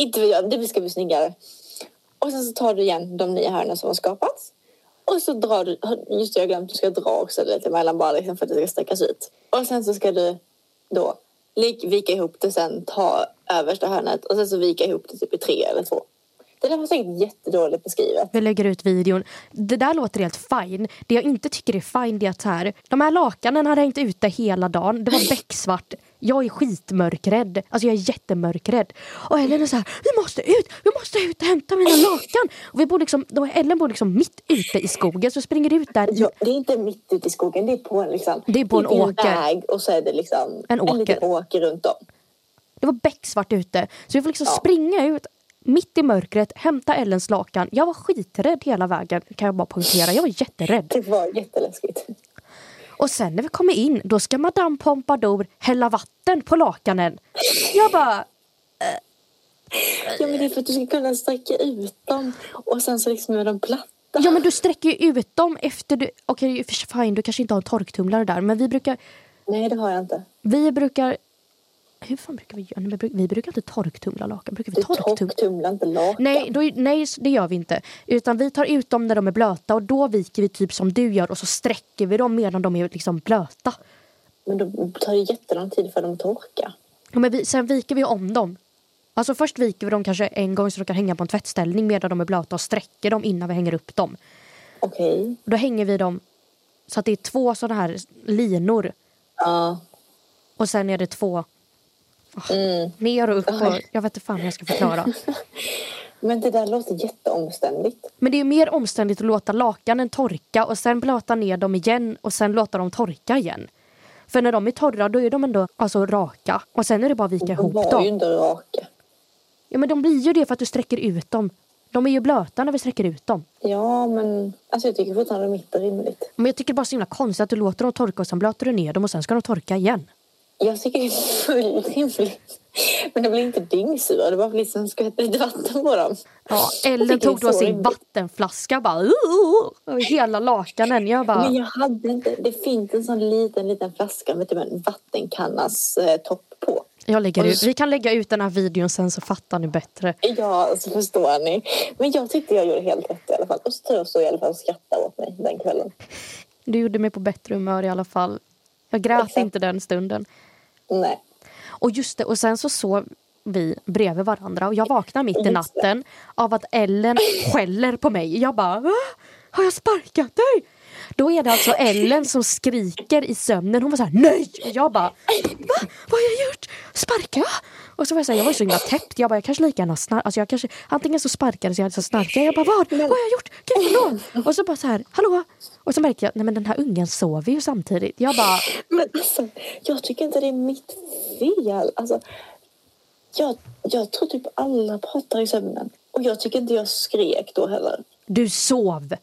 det ska bli snyggare. Och sen så tar du igen de nya hörnen som har skapats. Och så drar du, just det, jag glömt, du ska dra också lite mellan bara liksom för att det ska sträckas ut. Och sen så ska du då vika ihop det, sen ta översta hörnet och sen så vika ihop det typ i 3 eller 2. Det där var säkert jättedåligt beskrivet. Vi lägger ut videon. Det där låter helt fine. Det jag inte tycker är fine, det är att här, de här lakanen hade hängt ute hela dagen. Det var becksvart. Jag är skitmörkrädd. Alltså jag är jättemörkrädd. Och Ellen är så här: vi måste ut och hämta mina lakan. Och vi bor liksom, Ellen bor liksom mitt ute i skogen, så springer ut där. Ja, det är inte mitt ute i skogen, det är på en liksom, det är på en åker. Väg, och så är det liksom en liten åker runt om. Det var becksvart ute. Så vi får liksom springa ut mitt i mörkret, hämta Ellens lakan. Jag var skiträdd hela vägen, kan jag bara poängtera. Jag var jätterädd. Det var jätteläskigt. Och sen när vi kommer in, då ska Madame Pompadour hälla vatten på lakanen. Jag bara... Ja, men det är för att du ska kunna sträcka ut dem. Och sen så liksom är de platta. Ja, men du sträcker ju ut dem efter du... Okej, fine, du kanske inte har en torktumlare där. Men vi brukar... Nej, det har jag inte. Vi brukar... Hur fan brukar vi göra? Vi brukar inte torktumla lakan. Brukar vi torktumla inte lakan? Nej, det gör vi inte. Utan vi tar ut dem när de är blöta. Och då viker vi typ som du gör. Och så sträcker vi dem medan de är liksom blöta. Men då tar det jättelång tid för dem att torka. Ja, men sen viker vi om dem. Alltså först viker vi dem kanske en gång så de kan hänga på en tvättställning medan de är blöta och sträcker dem innan vi hänger upp dem. Okej. Då hänger vi dem så att det är 2 sådana här linor. Ja. Och sen är det 2 ner och upp. Och, jag vet inte fan hur jag ska förklara. Men det där låter jätteomständigt. Men det är mer omständigt att låta lakanen torka och sen blöta ner dem igen och sen låta dem torka igen. För när de är torra då är de ändå alltså raka. Och sen är det bara att vika ihop dem. De var ju inte raka. Ja, men de blir ju det för att du sträcker ut dem. De är ju blöta när vi sträcker ut dem. Ja, men alltså jag tycker fortfarande mitt är rimligt. Men jag tycker bara så himla konstigt att du låter dem torka och sen blöter du ner dem och sen ska de torka igen. Jag tycker det är fullt rimligt. Men det blir inte dyngsura. Det var liksom skvätta lite vatten på dem. Ja, Ellen tog då sin vattenflaska bara hela lakanen. Jag bara... Men jag hade inte... Det finns en sån liten flaska med typ en vattenkannas topp på. Vi kan lägga ut den här videon sen så fattar ni bättre. Ja, så förstår ni. Men jag tyckte jag gjorde helt rätt i alla fall. Och så tror jag så i alla fall att skratta åt mig den kvällen. Du gjorde mig på bättre humör i alla fall. Jag grät inte den stunden. Nej. Och just det, och sen så sov vi bredvid varandra. Och jag vaknar mitt i natten av att Ellen skäller på mig. Jag bara, har jag sparkat dig? Då är det alltså Ellen som skriker i sömnen. Hon var så här, nej! Och jag bara, va? Vad har jag gjort? Sparka? Och så var jag så här, jag var så himla täppt. Jag bara, jag kanske lika gärna alltså jag kanske, antingen så sparkade så jag så snarkade. Jag bara, vad har jag gjort? Gud, förlåt! Och så bara så här, hallå? Och så märkte jag, nej men den här ungen sover ju samtidigt. Jag bara... Men alltså, jag tycker inte det är mitt fel. Alltså, jag tror typ alla pratar i sömnen. Och jag tycker inte jag skrek då heller. Du sov.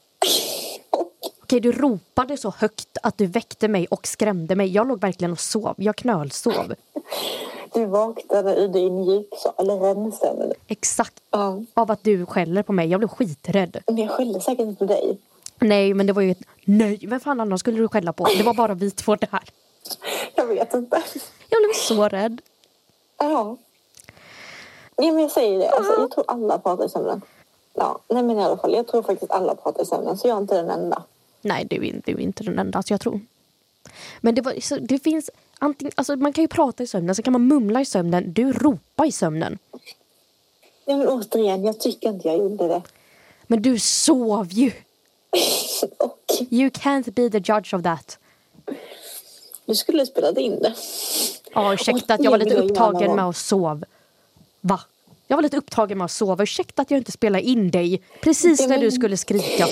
Okej, du ropade så högt att du väckte mig och skrämde mig. Jag låg verkligen och sov. Jag knölsov. Du vaknade ur din djupsal eller REM-sömn. Exakt. Av att du skäller på mig. Jag blev skiträdd. Men jag skällde säkert inte på dig. Nej, men det var ju nej. Vem fan annan skulle du skälla på? Det var bara vi 2 där. Jag vet inte. Jag blev så rädd. Ja. Nej, men jag säger det. Alltså, jag tror alla pratar i sömnen. Ja, nej men i alla fall. Jag tror faktiskt alla pratar i sömnen. Så jag är inte den enda. Nej, du är inte den enda. Alltså, jag tror. Men det finns antingen, alltså man kan ju prata i sömnen. Så kan man mumla i sömnen. Du ropar i sömnen. Nej, men återigen. Jag tycker inte jag gjorde det. Men du sov ju. You can't be the judge of that. Du skulle spela in det. Ja, ursäkta att jag var lite upptagen med att sova. Va? Jag var lite upptagen med att sova. Ursäkta att jag inte spelade in dig. Precis när du skulle skrika.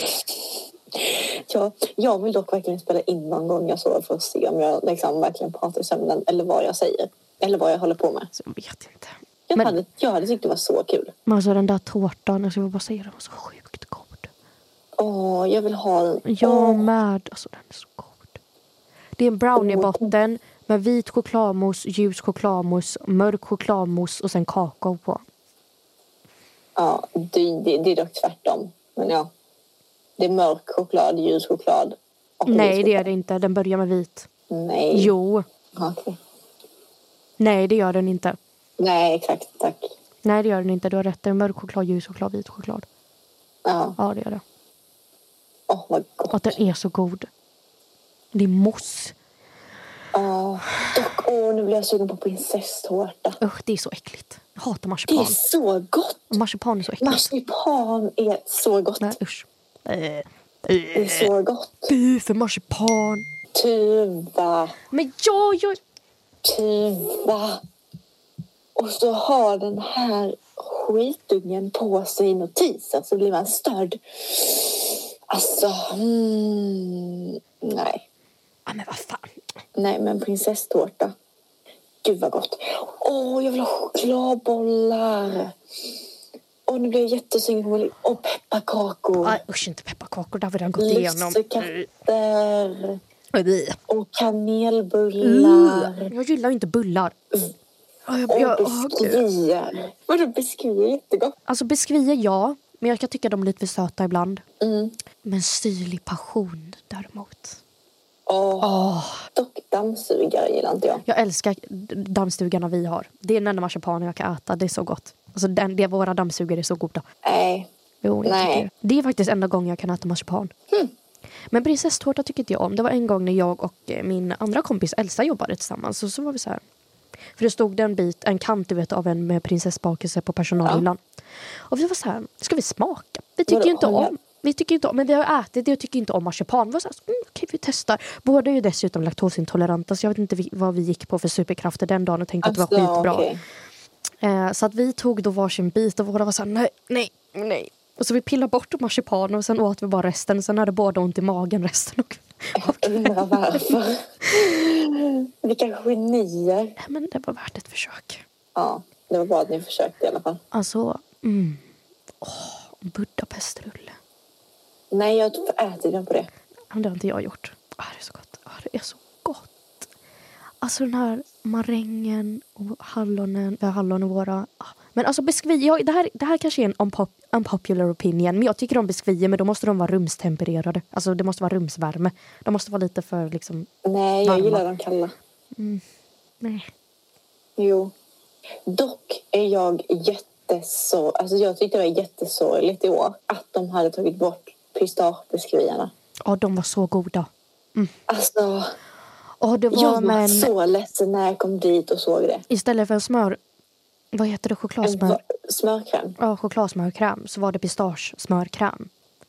Ja, jag vill dock verkligen spela in någon gång jag sover för att se om jag liksom verkligen pratar i sömnen. Eller vad jag säger. Eller vad jag håller på med. Så jag vet inte. Jag hade tyckt det var så kul. Men alltså den där tårtan, alltså jag vill bara säga den var så sjukt god. Jag vill ha den. Jag med. Alltså den är så god. Det är en brownie-botten med vit chokladmousse, ljus chokladmousse, mörk chokladmousse och sen kakao på. Ja, det är dock tvärtom. Men ja. Det är mörk choklad, ljus choklad. Nej, det är det inte. Den börjar med vit. Nej. Jo. Okej. Nej, det gör den inte. Nej, exakt. Tack. Nej, det gör den inte. Du har rätt. Det är mörk choklad, ljus choklad, vit choklad. Ja. Ja, det gör det. Vad gott. Att den är så god. Det är mousse. Dock, nu blir jag sugen på prinsesstårta. Det är så äckligt. Jag hatar marsipan. Det är så gott. Marsipan är så äckligt. Marsipan är så gott. Nej, usch. Det är så gott. För marsipan. Tuva. Men jag... Tuva. Och så har den här skitungen på sig notiser så blir man störd. Alltså, nej. Ja, men vad fan. Nej, men prinsesstårta. Gud vad gott. Jag vill ha chokladbollar. Nu blir jag jättesugen på Malin. Och pepparkakor. Aj, usch, inte pepparkakor. Där har vi redan gått igenom. Lussekatter. Och kanelbullar. Jag gillar inte bullar. Och biskvier. Vadå biskvier? Jättegott. Alltså biskvier, ja. Men jag kan tycka de är lite för söta ibland. Men syrlig passion däremot. Dock dammsugare gillar inte jag. Jag älskar dammstugarna vi har. Det är den enda marsipan jag kan äta. Det är så gott. Alltså våra dammsugare är så goda. Nej. Jo, jag tycker det är faktiskt enda gången jag kan äta marsipan. Men prinsesstårta tycker inte jag om. Det var en gång när jag och min andra kompis Elsa jobbade tillsammans. Så var vi så här. För det stod en kant du vet, av en med prinsessbakelse på personalhyllan. Och vi var så här, ska vi smaka? Vi tycker inte om. Men vi har ätit det och tycker inte om marsipan. Vi var så här, okej, vi testar. Båda är ju dessutom laktosintoleranta. Så jag vet inte vad vi gick på för superkrafter den dagen och tänkte att det var skitbra. Okay. Så att vi tog då varsin bit och båda var så här, nej. Och så vi pillade bort marsipan och sen åt vi bara resten. Sen hade båda ont i magen resten. Jag undrar varför. Vilka genier. Men det var värt ett försök. Ja, det var bra att ni försökte i alla fall. Alltså, Budapestrulle. Nej, jag äter den på det. Det har inte jag gjort. Det är så gott. Det är så gott. Alltså den här marängen och hallon och våra... Men alltså biskvier, det här kanske är en unpopular opinion. Men jag tycker om biskvier, men då måste de vara rumstempererade. Alltså det måste vara rumsvärme. De måste vara lite för liksom... Nej, jag gillar dem kalla. Nej. Jo. Dock är jag alltså jag tyckte det var jättesorgligt i år att de hade tagit bort pistagebiskvierna. Ja, de var så goda. Alltså... det var, jag var så ledsen när jag kom dit och såg det. Istället för smör... Vad heter det? Chokladsmör? Smörkräm. Ja, chokladsmörkräm. Så var det pistagesmörkräm.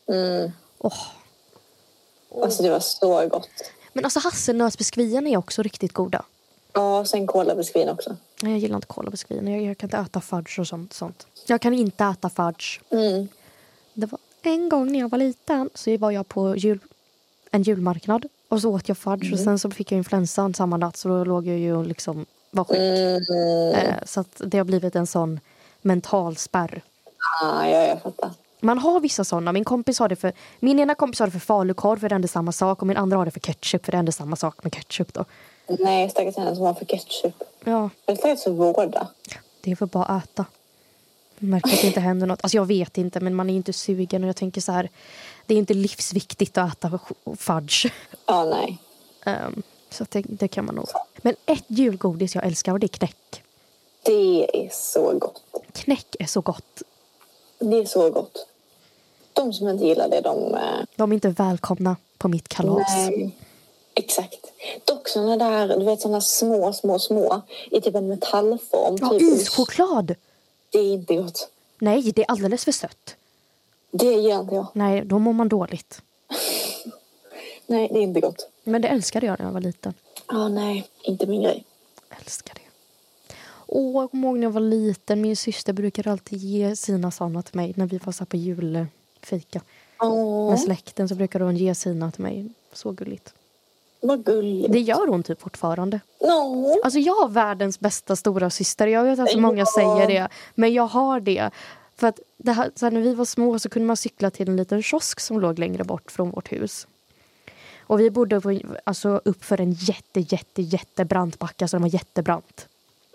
Alltså det var så gott. Men alltså hasselnötsbiskvierna är också riktigt goda. Ja, sen kolabiskvin också. Nej, jag gillar inte kolabiskvin. Jag kan inte äta fudge och sånt. Jag kan inte äta fudge. Det var en gång när jag var liten så var jag på en julmarknad. Och så åt jag fudge och sen så fick jag influensan samma natt. Så då låg jag ju och liksom var sjuk. Så att det har blivit en sån mental spärr. Ja, jag fattar. Man har vissa sådana. Min ena kompis har det för falukorv för det är samma sak. Och min andra har det för ketchup för det är samma sak med ketchup då. Nej, stackars henne som har för ketchup. Ja. Jag stackars för vårda. Det är för bara att äta. Jag märker att det inte händer något. Alltså jag vet inte, men man är inte sugen. Och jag tänker så här, det är inte livsviktigt att äta fudge. Ja, nej. Så det kan man nog. Men ett julgodis jag älskar och det är knäck. Det är så gott. Knäck är så gott. Det är så gott. De som inte gillar det, de är inte välkomna på mitt kalas. Nej, exakt. Dock såna där, du vet såna små i typ en metallform. Ja, typ ischoklad. Det är inte gott. Nej, det är alldeles för sött. Det gör inte jag. Nej, då mår man dåligt. Nej, det är inte gott. Men det älskade jag när jag var liten. Nej, inte min grej. Älskar det. Jag kommer ihåg när jag var liten. Min syster brukade alltid ge sina sådana till mig. När vi var så på julfika. Med släkten så brukade hon ge sina till mig. Så gulligt. Vad gulligt. Det gör hon typ fortfarande. No. Alltså jag har världens bästa stora syster. Jag vet att så många säger det. Men jag har det. För att så här, när vi var små så kunde man cykla till en liten kiosk som låg längre bort från vårt hus. Och vi bodde upp för en jättebrant backa. Så den var jättebrant.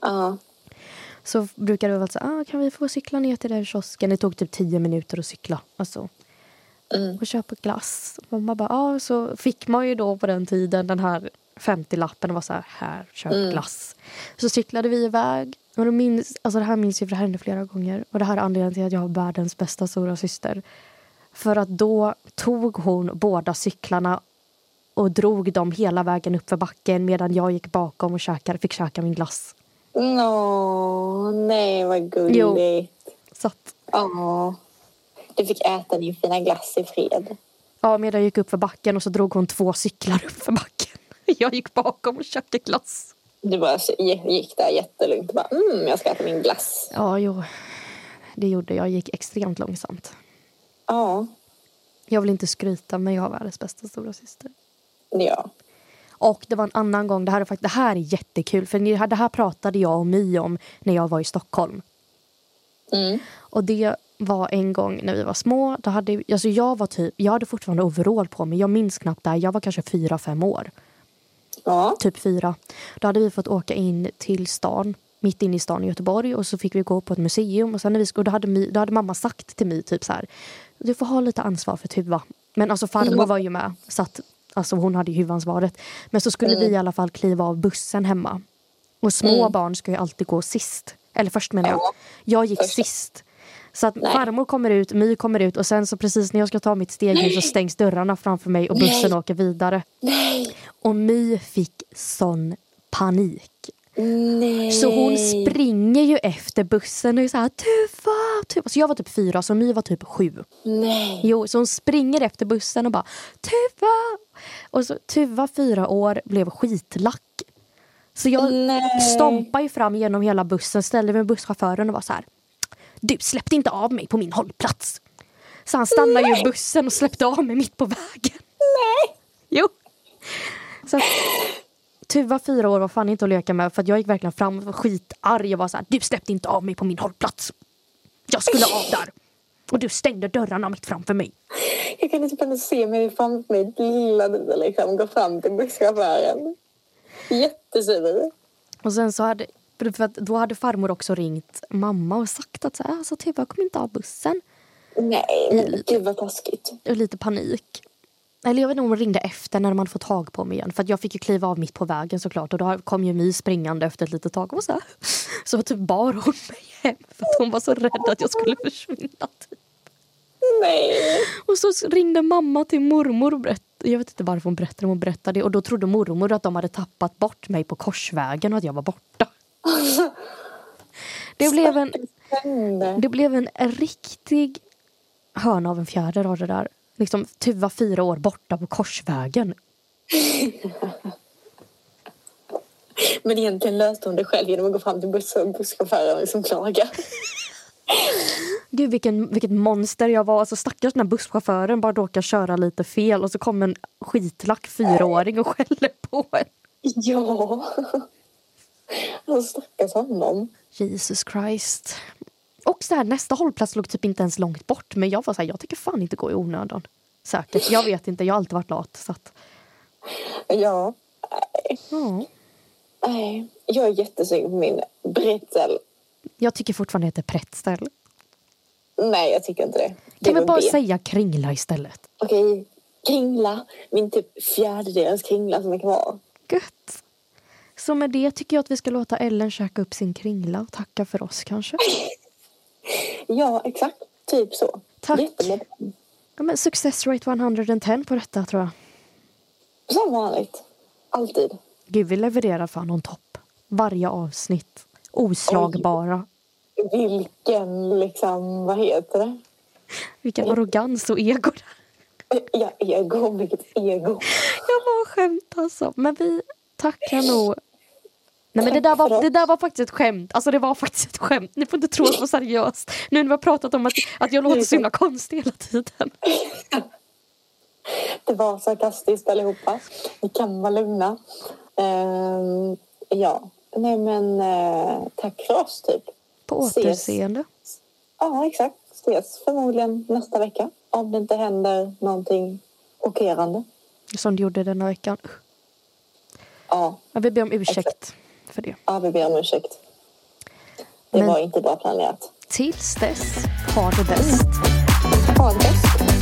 Så brukade det vara så kan vi få cykla ner till den kiosken? Det tog typ 10 minuter att cykla. Alltså. Och köpa glass. Och man bara, så fick man ju då på den tiden den här 50-lappen och var så här köp glass. Så cyklade vi iväg. Och det här minns jag för det här hände flera gånger. Och det här är anledningen till att jag har världens bästa stora syster. För att då tog hon båda cyklarna och drog dem hela vägen upp för backen medan jag gick bakom och fick käka min glass. Nej, vad gulligt. Jo, så att... Du fick äta din fina glass i fred. Ja, medan jag gick upp för backen och så drog hon 2 cyklar upp för backen. Jag gick bakom och köpte glass. Du bara gick där jättelugnt och bara, jag ska äta min glass. Ja, jo. Det gjorde jag. Gick extremt långsamt. Ja. Jag vill inte skryta, men jag har världens bästa stora syster. Ja. Och det var en annan gång, det här är jättekul. För det här pratade jag och My om när jag var i Stockholm. Och det var en gång när vi var små. Då hade, alltså jag hade fortfarande overall på mig. Jag minns knappt där. Jag var kanske 4-5 år. Ja. Typ 4. Då hade vi fått åka in till stan. Mitt inne i stan i Göteborg. Och så fick vi gå på ett museum. Och sen när vi skulle, då hade mamma sagt till mig typ så här: du får ha lite ansvar för Tuva. Men alltså farmor var ju med. Så att, alltså hon hade ju huvudansvaret. Men så skulle vi i alla fall kliva av bussen hemma. Och små barn ska ju alltid gå sist. Eller först menar jag. Jag gick sist. Så att farmor kommer ut, My kommer ut. Och sen så precis när jag ska ta mitt steg så stängs dörrarna framför mig. Och bussen åker vidare. Nej. Och My fick sån panik. Nej. Så hon springer ju efter bussen och är så här: Tuva. Så jag var typ 4, så My var typ 7. Nej. Jo, så hon springer efter bussen och bara: Tuva. Och så Tuva 4 år blev skitlack. Så jag stompade ju fram genom hela bussen, ställde mig med busschauffören och var så här: du släppte inte av mig på min hållplats. Så han stannade ju bussen och släppte av mig mitt på vägen. Nej. Jo. Så att Tuva 4 år var fan inte att leka med, för att jag gick verkligen fram och var skitarg och var så här: du släppte inte av mig på min hållplats. Jag skulle av där. Och du stängde dörrarna mitt framför mig. Jag kan inte bara se mig framför mig lilla liksom, gå fram till busschauffören. Jättesur. Och sen så hade, för att då hade farmor också ringt mamma och sagt att så här: alltså Tuva kom inte av bussen. Nej, men gud vad taskigt. Och lite panik. Eller jag vet inte om hon ringde efter när man fått tag på mig igen. För att jag fick ju kliva av mitt på vägen såklart. Och då kom ju My springande efter ett litet tag. Och så typ bar hon mig hem. För att hon var så rädd att jag skulle försvinna typ. Nej. Och så ringde mamma till mormor och berättade. Jag vet inte varför hon berättade det. Och då trodde mormor att de hade tappat bort mig på korsvägen och att jag var borta. Det blev en riktig hörna av en fjäder av det där. Liksom Tuva 4 år borta på korsvägen. Men egentligen löste hon det själv genom att gå fram till busschauffören som klagar. Gud, vilket monster jag var. Alltså stackars den här busschauffören bara råkar köra lite fel. Och så kom en skitlack 4-åring och skäller på en. Ja. Han stackars honom. Jesus Christ. Och så här, nästa hållplats låg typ inte ens långt bort. Men jag var så här, jag tycker fan inte gå i onödan. Säkert, jag vet inte, jag har alltid varit lat. Så att... Ja. Nej. Jag är jättesugen på min bretzel. Jag tycker fortfarande det heter pretzel. Nej, jag tycker inte det. Kan vi bara säga kringla istället? Okej, kringla. Min typ 4:e kringla som är kvar. Gött. Så med det tycker jag att vi ska låta Ellen käka upp sin kringla och tacka för oss kanske. Ja, exakt. Typ så. Tack. Jättebra. Ja, men success rate 110 på detta tror jag. Som vanligt. Alltid. Gud, vi levererar fan någon topp. Varje avsnitt. Oslagbara. Vilken liksom, vad heter det? Vilken arrogans och ego. Ja, ego. Vilket ego. Jag var skämt alltså. Men vi tackar nog. Nej, men det där var faktiskt ett skämt. Alltså det var faktiskt ett skämt. Ni får inte tro att det var seriöst. Nu när vi har pratat om att jag låter så himla konstig hela tiden. Det var sarkastiskt allihopa. Ni kan vara lugna. Ja. Nej men tack för oss typ. På återseende. Ja, exakt. Ses förmodligen nästa vecka. Om det inte händer någonting chockerande. Som du gjorde denna veckan. Ja. Jag vill be om ursäkt för det. Ja, vi ber om ursäkt. Det var inte bra planerat. Tills dess, ha det bäst. Ha det bäst.